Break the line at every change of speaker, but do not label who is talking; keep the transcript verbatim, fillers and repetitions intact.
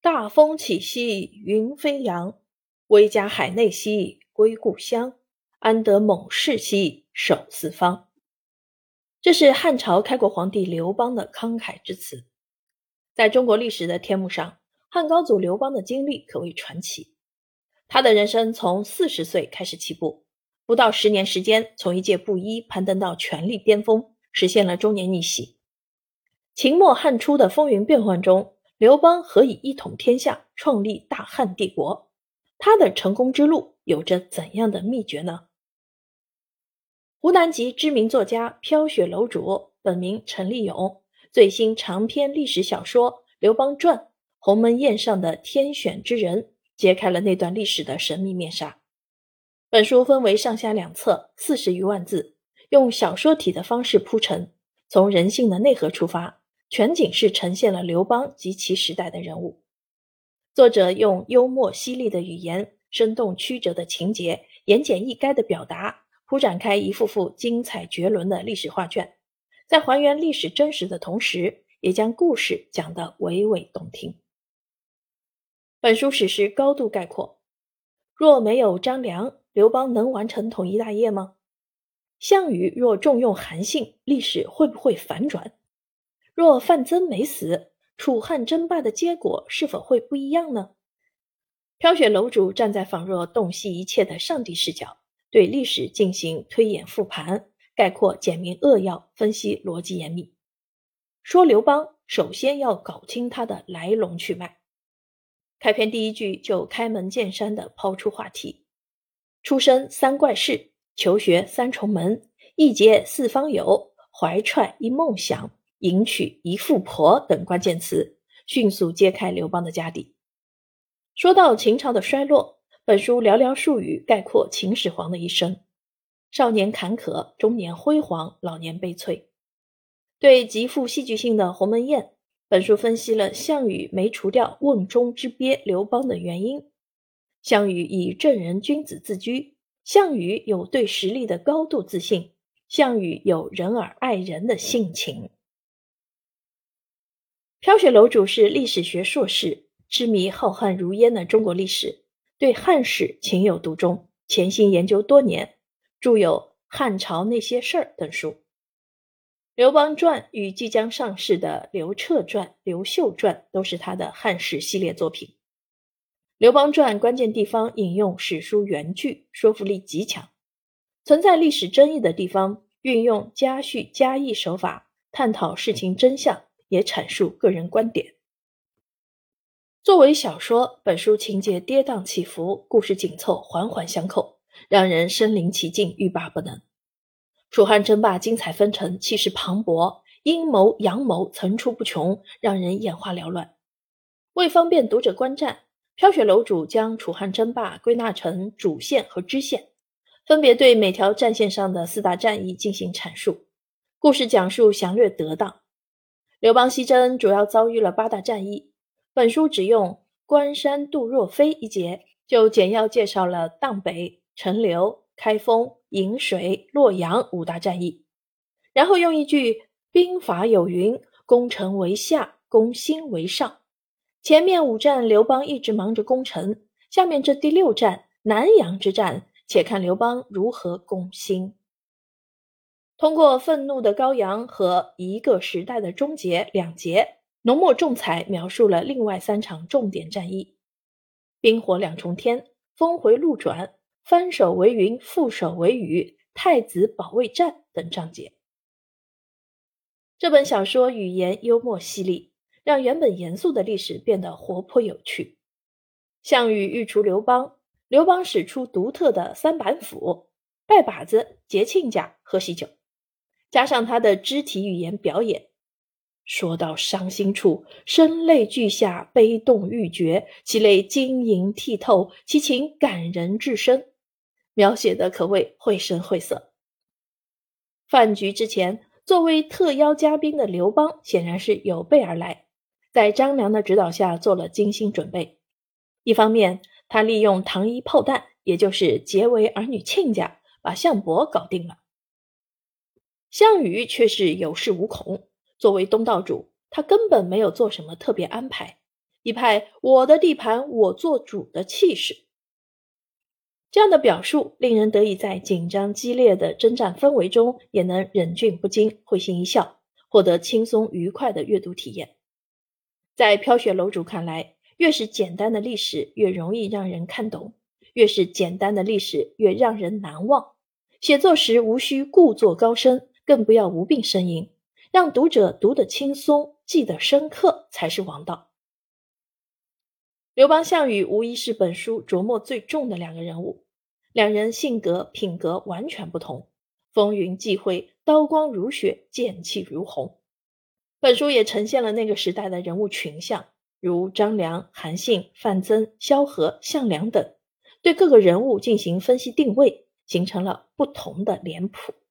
大风起兮云飞扬，威加海内兮归故乡，安得猛士兮守四方。这是汉朝开国皇帝刘邦的慷慨之词。在中国历史的天幕上，汉高祖刘邦的经历可谓传奇。他的人生从四十岁开始起步，不到十年时间，从一介布衣攀登到权力巅峰，实现了中年逆袭。秦末汉初的风云变幻中，刘邦何以一统天下，创立大汉帝国？他的成功之路有着怎样的秘诀呢？湖南籍知名作家飘雪楼主，本名陈立勇，最新长篇历史小说《刘邦传》鸿门宴上的天选之人，揭开了那段历史的神秘面纱。本书分为上下两册，四十余万字，用小说体的方式铺陈，从人性的内核出发，全景式呈现了刘邦及其时代的人物。作者用幽默犀利的语言，生动曲折的情节，言简意赅的表达，铺展开一幅幅精彩绝伦的历史画卷，在还原历史真实的同时，也将故事讲得娓娓动听。本书史实高度概括，若没有张良，刘邦能完成统一大业吗？项羽若重用韩信，历史会不会反转？若范增没死，楚汉争霸的结果是否会不一样呢？飘雪楼主站在仿若洞悉一切的上帝视角，对历史进行推演复盘，概括简明扼要，分析逻辑严密。说刘邦，首先要搞清他的来龙去脉。开篇第一句就开门见山地抛出话题：出身三怪世，求学三重门，一结四方友，怀揣一梦想，迎娶一富婆等关键词，迅速揭开刘邦的家底。说到秦朝的衰落，本书寥寥数语概括秦始皇的一生：少年坎坷，中年辉煌，老年悲催。对极富戏剧性的鸿门宴，本书分析了项羽没除掉瓮中之鳖刘邦的原因。项羽以正人君子自居，项羽有对实力的高度自信，项羽有仁而爱人的性情。飘雪楼主是历史学硕士，痴迷浩瀚如烟的中国历史，对汉史情有独钟，潜心研究多年，著有《汉朝那些事儿》等书。刘邦传与即将上市的刘彻传、刘秀传都是他的汉史系列作品。刘邦传关键地方引用史书原句，说服力极强。存在历史争议的地方，运用加叙加议手法，探讨事情真相，也阐述个人观点。作为小说，本书情节跌宕起伏，故事紧凑，环环相扣，让人身临其境，欲罢不能。楚汉争霸精彩纷呈，气势磅礴，阴谋阳谋层出不穷，让人眼花缭乱。为方便读者观战，飘雪楼主将楚汉争霸归纳成主线和支线，分别对每条战线上的四大战役进行阐述，故事讲述详略得当。刘邦西征主要遭遇了八大战役，本书只用关山渡若飞一节，就简要介绍了砀北、陈留、开封、颍水、洛阳五大战役，然后用一句兵法有云，攻城为下，攻心为上。前面五战刘邦一直忙着攻城，下面这第六战南阳之战，且看刘邦如何攻心。通过愤怒的羔羊和一个时代的终结两节，浓墨重彩描述了另外三场重点战役：冰火两重天、峰回路转、翻手为云，覆手为雨、太子保卫战等章节。这本小说语言幽默犀利，让原本严肃的历史变得活泼有趣。项羽欲除刘邦，刘邦使出独特的三板斧：拜把子、结亲家、喝喜酒，加上他的肢体语言表演，说到伤心处，声泪俱下，悲动欲绝，其泪晶莹剔透，其情感人至深，描写的可谓绘声绘色。饭局之前，作为特邀嘉宾的刘邦显然是有备而来，在张良的指导下做了精心准备。一方面，他利用糖衣炮弹，也就是结为儿女亲家，把项伯搞定了。项羽却是有恃无恐，作为东道主，他根本没有做什么特别安排， 一派我的地盘我做主的气势。这样的表述令人得以在紧张激烈的征战氛围中也能忍俊不惊，会心一笑，获得轻松愉快的阅读体验。在飘雪楼主看来，越是简单的历史越容易让人看懂，越是简单的历史越让人难忘。写作时无需故作高深，更不要无病呻吟，让读者读得轻松，记得深刻才是王道。刘邦、项羽无疑是本书琢磨最重的两个人物，两人性格品格完全不同，风云际会，刀光如血，剑气如虹。本书也呈现了那个时代的人物群像，如张良、韩信、范增、萧何、项梁等，对各个人物进行分析定位，形成了不同的脸谱。